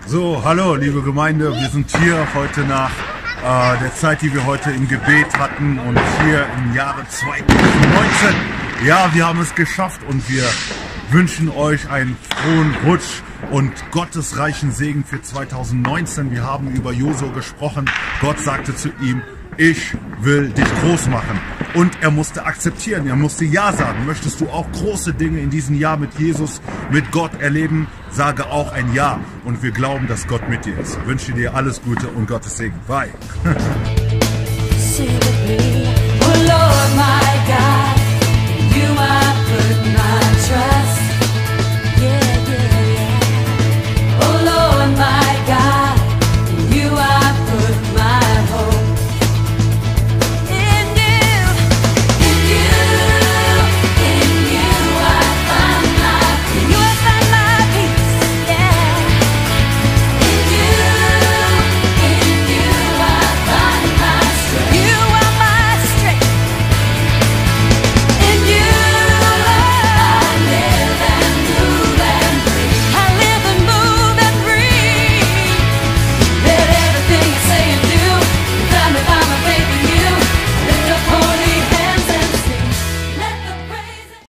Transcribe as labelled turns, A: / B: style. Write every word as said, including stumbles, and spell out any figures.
A: So, hallo liebe Gemeinde, wir sind hier heute nach äh, der Zeit, die wir heute im Gebet hatten und hier im Jahre zweitausendneunzehn. Ja, wir haben es geschafft und wir wünschen euch einen frohen Rutsch und Gottes reichen Segen für zweitausendneunzehn. Wir haben über Josua gesprochen. Gott sagte zu ihm, ich will dich groß machen. Und er musste akzeptieren, er musste Ja sagen. Möchtest du auch große Dinge in diesem Jahr mit Jesus, mit Gott erleben? Sage auch ein Ja. Und wir glauben, dass Gott mit dir ist. Ich wünsche dir alles Gute und Gottes Segen. Bye.